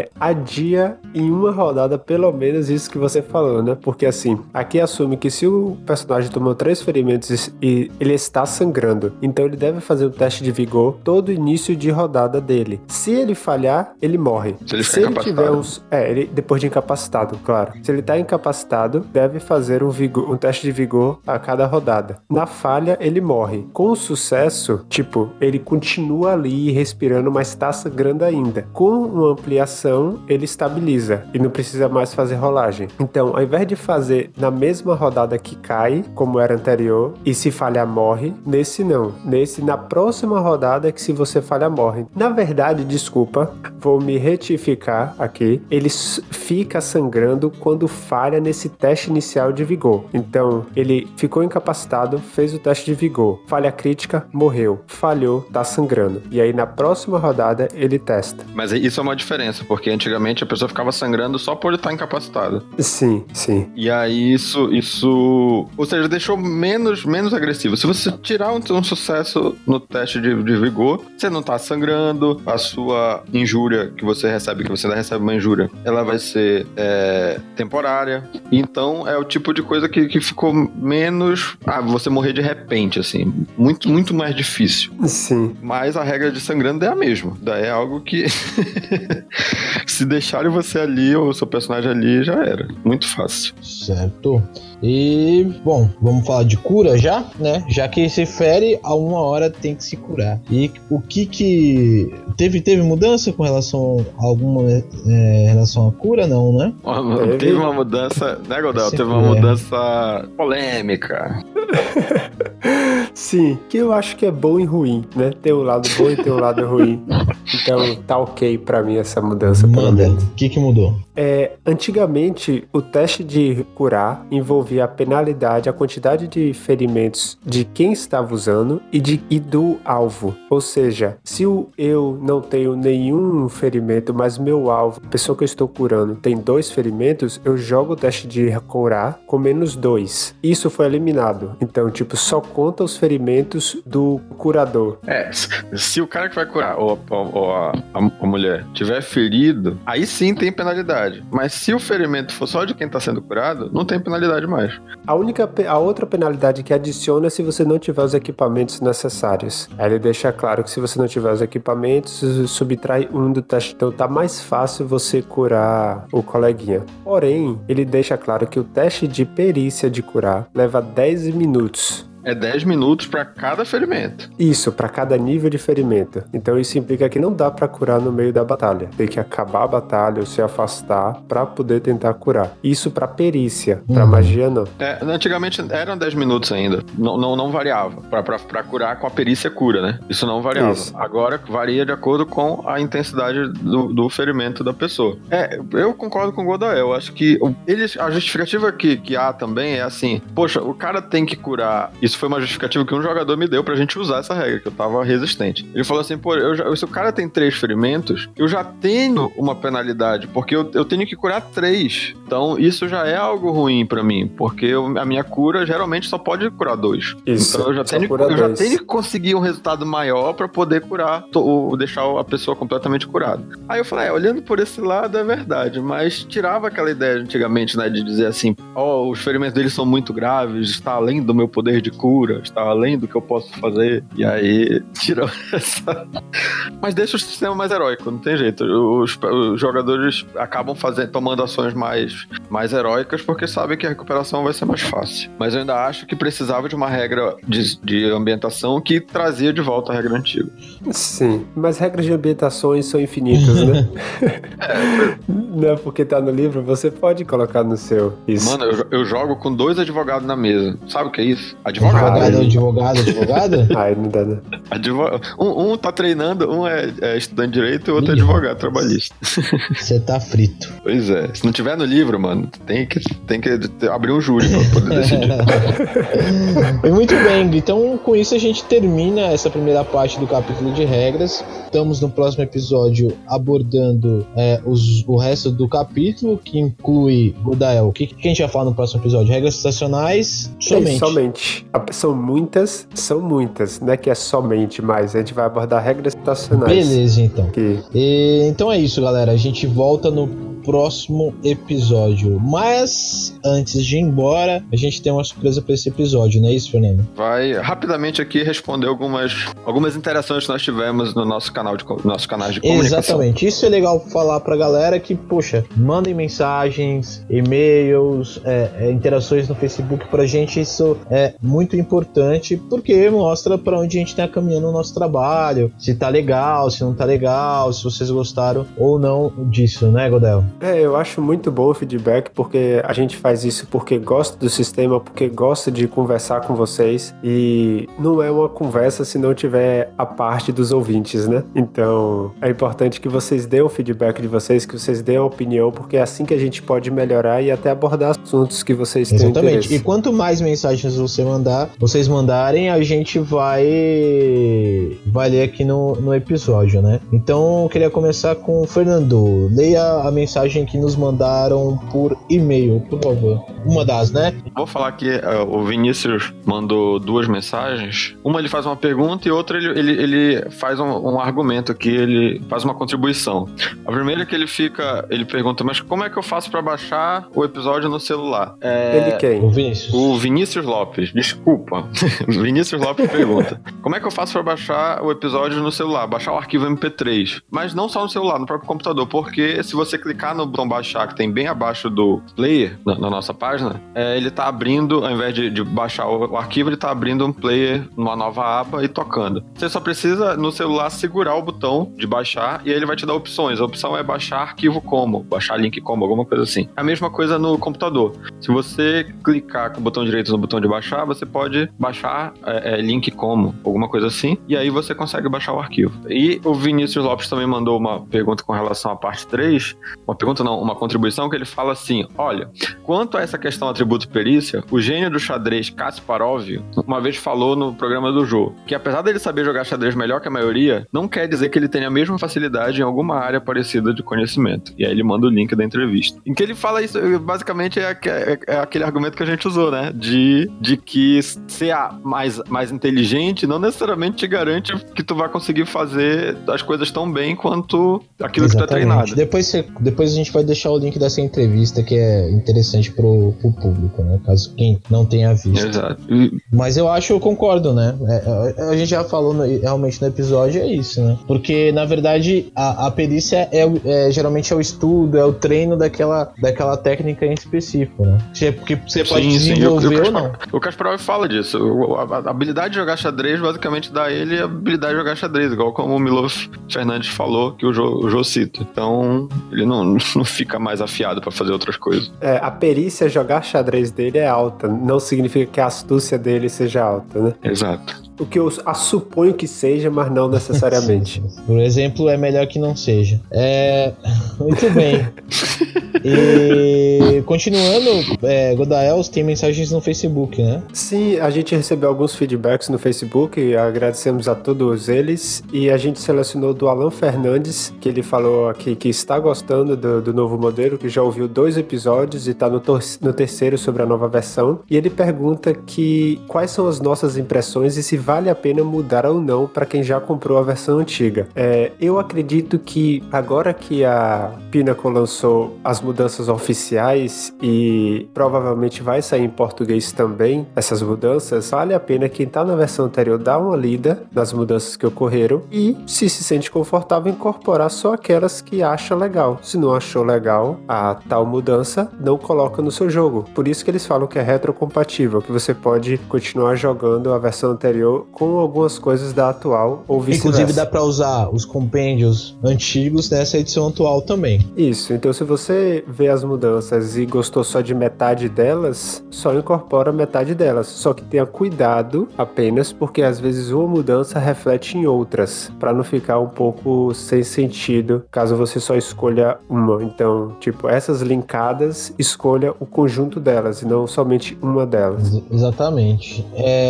adia em uma rodada, pelo menos isso que você falou, né? Porque assim, aqui assume que se o personagem tomou 3 ferimentos e ele está sangrando, então ele deve fazer um teste de vigor todo início de rodada dele. Se ele falhar, ele morre. Se ele tiver ele depois de incapacitado, claro. Se ele tá incapacitado, deve fazer um teste de vigor a cada rodada. Na falha, ele morre. Com o sucesso, ele continua ali respirando, mas tá sangrando ainda. Com uma ampliação, ele estabiliza e não precisa mais fazer rolagem. Então, ao invés de fazer na mesma rodada que cai, como era anterior, e se falhar morre, nesse não. Nesse, na próxima rodada, que se você falhar morre. Na verdade, desculpa, vou me retificar aqui, ele fica sangrando quando falha nesse teste inicial de vigor. Então, ele ficou incapacitado, fez o teste de vigor. Falha crítica, morreu. Falhou, tá sangrando. E aí, na próxima rodada, ele testa. Mas isso é uma diferença, porque antigamente a pessoa ficava sangrando só por estar incapacitada. Sim, sim. E aí, isso... Ou seja, deixou menos agressivo. Se você tirar um sucesso no teste de vigor, você não tá sangrando, a sua injúria que você recebe, que você ainda recebe uma injúria, ela vai ser temporária. Então, é o tipo de coisa que ficou menos... você morrer de repente, assim. Muito, muito mais difícil. Sim. Mas a regra de sangrando é a mesma. Daí é algo que... se deixarem você ali, ou o seu personagem ali, já era. Muito fácil. Certo. E, bom, vamos falar de cura já, né? Já que se fere, a 1 hora tem que se curar. E o que teve mudança com relação a alguma relação à cura, não, né? Teve uma mudança, né, Godel? Teve uma mudança polêmica. Sim, que eu acho que é bom e ruim, né? Tem o lado bom e tem o lado ruim. Então tá ok pra mim essa mudança, pelo menos. O que mudou? Antigamente, o teste de curar envolvia a penalidade, a quantidade de ferimentos de quem estava usando e do alvo. Ou seja, se eu não tenho nenhum ferimento, mas meu alvo, a pessoa que eu estou curando, tem 2 ferimentos, eu jogo o teste de curar com -2. Isso foi eliminado. Então, só conta os ferimentos do curador. Se o cara que vai curar, ou a mulher, tiver ferido, aí sim tem penalidade. Mas se o ferimento for só de quem está sendo curado, não tem penalidade mais. A outra penalidade que adiciona é se você não tiver os equipamentos necessários. Aí ele deixa claro que se você não tiver os equipamentos, subtrai 1 do teste. Então tá mais fácil você curar o coleguinha. Porém, ele deixa claro que o teste de perícia de curar leva 10 minutos. É 10 minutos para cada ferimento. Isso, para cada nível de ferimento. Então isso implica que não dá para curar no meio da batalha. Tem que acabar a batalha ou se afastar para poder tentar curar. Isso para perícia, para magia não. Antigamente eram 10 minutos ainda. Não variava. Para curar com a perícia cura, né? Isso não variava. Isso. Agora varia de acordo com a intensidade do ferimento da pessoa. Eu concordo com o Godael. Eu acho que a justificativa que há também é assim, poxa, o cara tem que curar. Isso foi uma justificativa que um jogador me deu pra gente usar essa regra, que eu tava resistente. Ele falou assim, se o cara tem 3 ferimentos, eu já tenho uma penalidade, porque eu tenho que curar 3. Então, isso já é algo ruim pra mim, porque a minha cura geralmente só pode curar 2. Isso, então, eu já tenho que conseguir um resultado maior pra poder curar, ou deixar a pessoa completamente curada. Aí eu falei, olhando por esse lado, é verdade, mas tirava aquela ideia antigamente, né, de dizer assim, os ferimentos deles são muito graves, está além do meu poder de cura, está além do que eu posso fazer, e aí tirou essa... Mas deixa o sistema mais heróico, não tem jeito. Os jogadores acabam tomando ações mais heróicas porque sabem que a recuperação vai ser mais fácil. Mas eu ainda acho que precisava de uma regra de ambientação que trazia de volta a regra antiga. Sim, mas regras de ambientações são infinitas, né? Não é porque tá no livro, você pode colocar no seu. Isso. Mano, eu jogo com 2 advogados na mesa. Sabe o que é isso? Advogada? Ai, não dá, não. Um tá treinando, um é estudante de direito e o outro é advogado trabalhista. Você tá frito. Pois é. Se não tiver no livro, mano, tem que abrir um júri pra poder decidir. Muito bem, então com isso a gente termina essa primeira parte do capítulo de regras. Estamos no próximo episódio abordando o resto do capítulo, que inclui, Godael, o que a gente vai falar no próximo episódio? Regras estacionais? Somente. São muitas, não é que é somente, mas a gente vai abordar regras estacionais. Beleza, então. Então é isso, galera. A gente volta no próximo episódio. Mas, antes de ir embora, a gente tem uma surpresa para esse episódio, não é isso, Fernando? Vai rapidamente aqui responder algumas interações que nós tivemos no nosso canais de comunicação. Exatamente. Isso é legal falar pra galera que, poxa, mandem mensagens, e-mails, interações no Facebook pra gente. Isso é muito importante porque mostra pra onde a gente tá caminhando o nosso trabalho, se tá legal, se não tá legal, se vocês gostaram ou não disso, né, Godel? Eu acho muito bom o feedback, porque a gente faz isso porque gosta do sistema, porque gosta de conversar com vocês, e não é uma conversa se não tiver a parte dos ouvintes, né? Então, é importante que vocês dêem o feedback de vocês, que vocês deem a opinião, porque é assim que a gente pode melhorar e até abordar assuntos que vocês têm interesse. Exatamente. E quanto mais mensagens vocês mandarem, a gente vai ler aqui no episódio, né? Então, eu queria começar com o Fernando. Leia a mensagem que nos mandaram por e-mail, por favor. Uma das, né? Vou falar que o Vinícius mandou 2 mensagens. Uma ele faz uma pergunta e outra ele faz um argumento aqui, ele faz uma contribuição. A primeira é que ele pergunta, mas como é que eu faço pra baixar o episódio no celular? Ele quem? O Vinícius. O Vinícius Lopes, desculpa. O Vinícius Lopes pergunta, como é que eu faço pra baixar o episódio no celular? Baixar o arquivo MP3. Mas não só no celular, no próprio computador, porque se você clicar no botão baixar, que tem bem abaixo do player, na nossa página, ele tá abrindo, ao invés de baixar o arquivo, ele tá abrindo um player numa nova aba e tocando. Você só precisa, no celular, segurar o botão de baixar e aí ele vai te dar opções. A opção é baixar arquivo como, baixar link como, alguma coisa assim. A mesma coisa no computador. Se você clicar com o botão direito no botão de baixar, você pode baixar link como, alguma coisa assim, e aí você consegue baixar o arquivo. E o Vinícius Lopes também mandou uma pergunta com relação à parte 3, uma contribuição que ele fala assim, olha, quanto a essa questão atributo perícia, o gênio do xadrez Kasparov uma vez falou no programa do Jô, que apesar dele saber jogar xadrez melhor que a maioria, não quer dizer que ele tenha a mesma facilidade em alguma área parecida de conhecimento. E aí ele manda o link da entrevista. Em que ele fala isso, basicamente é aquele argumento que a gente usou, né? De que ser mais inteligente não necessariamente te garante que tu vai conseguir fazer as coisas tão bem quanto aquilo que tu é treinado. Depois a gente vai deixar o link dessa entrevista, que é interessante pro público, né? Caso quem não tenha visto. Exato. Mas eu concordo, né? A gente já falou realmente no episódio, é isso, né? Porque, na verdade, a perícia geralmente é o estudo, é o treino daquela técnica em específico, né? Porque você pode desenvolver ou não. O Kasparov fala disso. A habilidade de jogar xadrez basicamente dá a ele a habilidade de jogar xadrez, igual como o Milov Fernandes falou, que o Jô cita. Então, ele não fica mais afiado pra fazer outras coisas. A perícia jogar xadrez dele é alta, não significa que a astúcia dele seja alta, né? Exato. O que eu suponho que seja, mas não necessariamente. Por exemplo, é melhor que não seja. Muito bem. E continuando, Godaels tem mensagens no Facebook, né? Sim, a gente recebeu alguns feedbacks no Facebook e agradecemos a todos eles. E a gente selecionou do Alan Fernandes, que ele falou aqui que está gostando do novo modelo, que já ouviu 2 episódios e está no 3º sobre a nova versão. E ele pergunta quais são as nossas impressões e se vale a pena mudar ou não para quem já comprou a versão antiga. Eu acredito que agora que a Pinnacle lançou as mudanças oficiais e provavelmente vai sair em português também, essas mudanças, vale a pena quem tá na versão anterior dar uma lida nas mudanças que ocorreram e, se sente confortável, incorporar só aquelas que acha legal. Se não achou legal a tal mudança, não coloca no seu jogo. Por isso que eles falam que é retrocompatível, que você pode continuar jogando a versão anterior com algumas coisas da atual ou vice-versa. Inclusive dá pra usar os compêndios antigos dessa edição atual também. Isso, então se você vê as mudanças e gostou só de metade delas, só incorpora metade delas. Só que tenha cuidado apenas, porque às vezes uma mudança reflete em outras, pra não ficar um pouco sem sentido caso você só escolha uma. Então, essas linkadas, escolha o conjunto delas e não somente uma delas. Exatamente.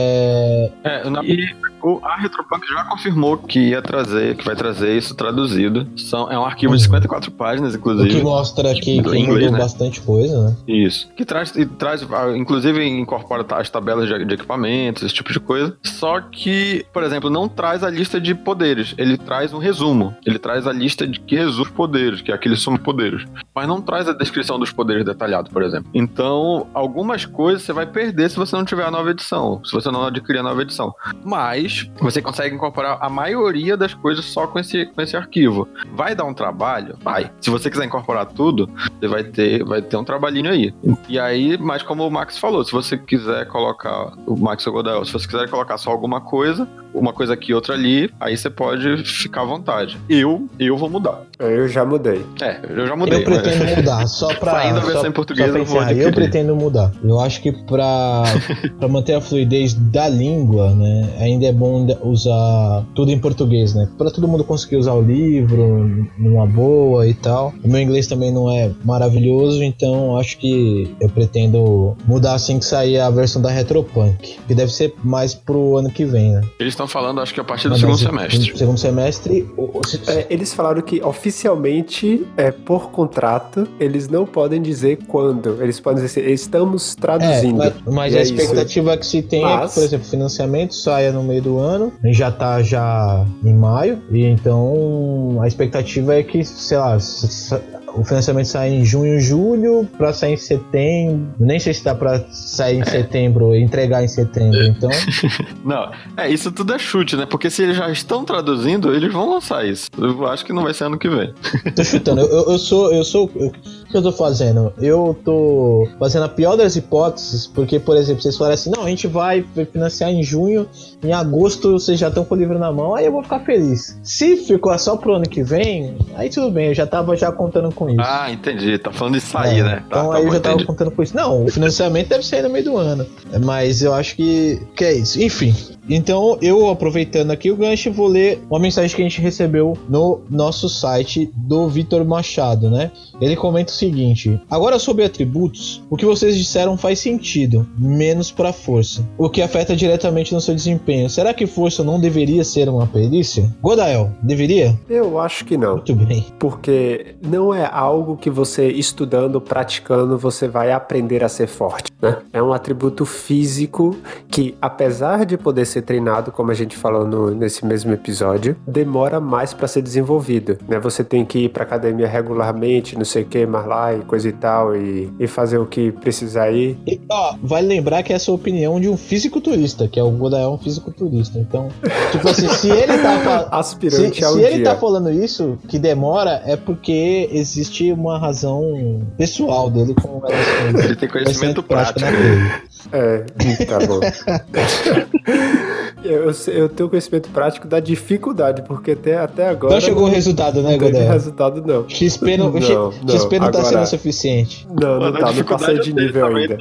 A Retropunk já confirmou que vai trazer isso traduzido. É um arquivo de 54 páginas, inclusive. O que mostra que mudou bastante coisa, né? Isso. Que traz, inclusive, incorpora as tabelas de equipamentos, esse tipo de coisa. Só que, por exemplo, não traz a lista de poderes. Ele traz um resumo. Ele traz a lista de que resume os poderes, que é aqueles são poderes. Mas não traz a descrição dos poderes detalhado, por exemplo. Então, algumas coisas você vai perder se você não tiver a nova edição. Se você não adquirir a nova edição. Mas você consegue incorporar a maioria das coisas só com esse arquivo. Vai dar um trabalho? Vai. Se você quiser incorporar tudo, você vai ter um trabalhinho aí. E aí, mas como o Max falou, se você quiser colocar, o Max ou o Godel, se você quiser colocar só alguma coisa, uma coisa aqui, outra ali, aí você pode ficar à vontade. Eu vou mudar. Eu já mudei. Eu já mudei. Eu pretendo mudar, só pra... Saindo a versão em português, eu vou adquirir. Eu pretendo mudar. Eu acho que pra manter a fluidez da língua, né, ainda é bom usar tudo em português, né? Pra todo mundo conseguir usar o livro numa boa e tal. O meu inglês também não é maravilhoso, então acho que eu pretendo mudar assim que sair a versão da Retropunk, que deve ser mais pro ano que vem, né? Eles estão falando, acho que a partir do segundo semestre. Segundo semestre... Eles falaram que oficialmente, por contrato, eles não podem dizer quando. Eles podem dizer assim, estamos traduzindo. Mas a expectativa é que se tenha, por exemplo, financiamento saia no meio do ano, já tá em maio, e então a expectativa é que, sei lá, o financiamento sai em junho, julho, pra sair em setembro. Nem sei se dá pra sair em setembro, entregar em setembro, então... Não, isso tudo é chute, né? Porque se eles já estão traduzindo, eles vão lançar isso. Eu acho que não vai ser ano que vem. Tô chutando. O que eu tô fazendo? Eu tô fazendo a pior das hipóteses, porque, por exemplo, vocês falaram assim, não, a gente vai financiar em junho, em agosto vocês já estão com o livro na mão, aí eu vou ficar feliz. Se ficou só pro ano que vem, aí tudo bem, eu já tava contando com isso. Ah, entendi. Tá falando de sair, né? Então aí eu já tava contando com isso. Não, o financiamento deve sair no meio do ano. Mas eu acho que é isso. Enfim. Então, eu aproveitando aqui o gancho, vou ler uma mensagem que a gente recebeu no nosso site do Vitor Machado, né? Ele comenta o seguinte: agora sobre atributos, o que vocês disseram faz sentido, menos pra força, o que afeta diretamente no seu desempenho. Será que força não deveria ser uma perícia? Godael, deveria? Eu acho que não. Muito bem. Porque não é algo que você estudando, praticando, você vai aprender a ser forte, né? É um atributo físico que, apesar de poder ser treinado, como a gente falou nesse mesmo episódio, demora mais para ser desenvolvido, né? Você tem que ir para academia regularmente, não sei o que, mais lá e coisa e tal, e fazer o que precisar ir. E, vale lembrar que essa é a opinião de um fisiculturista, que é o Godael, um fisiculturista. Então, tipo assim, se ele tá aspirante se ele tá falando isso, que demora, é porque existe uma razão pessoal dele com relação a isso. Ele tem conhecimento prático. Tá bom. Eu tenho conhecimento prático da dificuldade, porque até agora... Não chegou o resultado, né, Godael? Não teve resultado, não. XP não tá sendo suficiente. Não passei de nível ainda.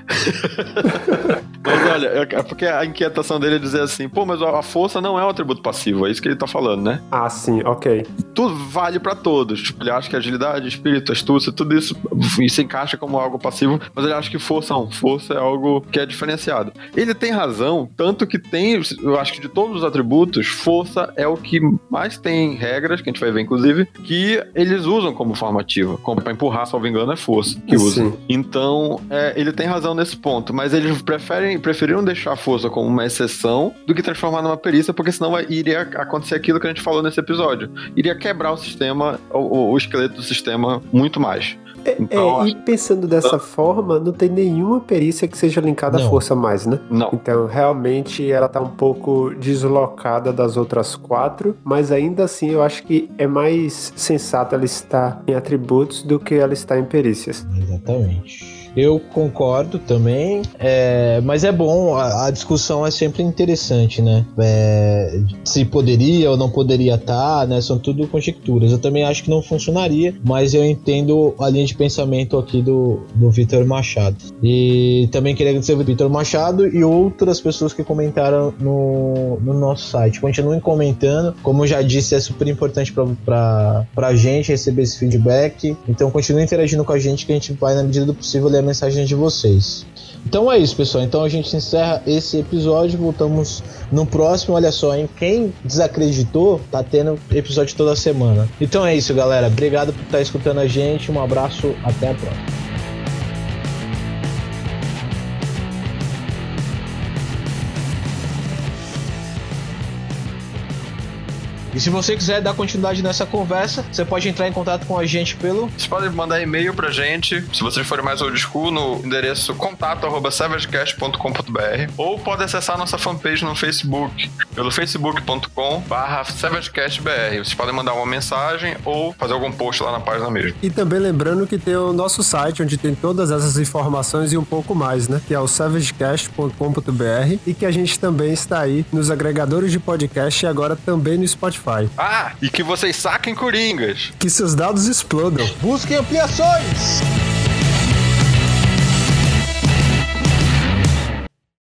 Mas olha, é porque a inquietação dele é dizer assim, mas a força não é um atributo passivo, é isso que ele tá falando, né? Ah, sim, ok. Tudo vale pra todos. Tipo, ele acha que agilidade, espírito, astúcia, tudo isso se encaixa como algo passivo, mas ele acha que força é algo que é diferenciado. Ele tem razão, tanto que eu acho que de todos os atributos, força é o que mais tem regras, que a gente vai ver inclusive, que eles usam como forma ativa, como pra empurrar, salvo engano, é força que usa. Então, ele tem razão nesse ponto, mas eles preferiram deixar a força como uma exceção do que transformar numa perícia, porque senão iria acontecer aquilo que a gente falou nesse episódio. Iria quebrar o sistema, o esqueleto do sistema muito mais. Então, e pensando dessa forma, não tem nenhuma perícia que seja linkada à força mais, né? Não. Então, realmente, ela tá um pouco deslocada das outras 4, mas ainda assim, eu acho que é mais sensato ela estar em atributos do que ela estar em perícias. Exatamente. Eu concordo também, mas é bom, a discussão é sempre interessante, né? Se poderia ou não poderia estar, né? São tudo conjecturas. Eu também acho que não funcionaria, mas eu entendo a linha de pensamento aqui do Vitor Machado. E também queria agradecer ao Vitor Machado e outras pessoas que comentaram no nosso site. Continuem comentando, como eu já disse, é super importante pra gente receber esse feedback. Então continue interagindo com a gente, que a gente vai, na medida do possível, ler a mensagem de vocês. Então é isso, pessoal. Então a gente encerra esse episódio. Voltamos no próximo. Olha só, hein? Quem desacreditou, tá tendo episódio toda semana. Então é isso, galera. Obrigado por estar escutando a gente. Um abraço. Até a próxima. E se você quiser dar continuidade nessa conversa, você pode entrar em contato com a gente pelo... Vocês podem mandar e-mail pra gente, se vocês forem mais old school, no endereço contato@savagecast.com.br, ou pode acessar nossa fanpage no Facebook, pelo facebook.com/savagecastbr. Vocês podem mandar uma mensagem ou fazer algum post lá na página mesmo. E também lembrando que tem o nosso site, onde tem todas essas informações e um pouco mais, né? Que é o savagecast.com.br, e que a gente também está aí nos agregadores de podcast e agora também no Spotify. Ah, e que vocês saquem coringas. Que seus dados explodam. Busquem ampliações!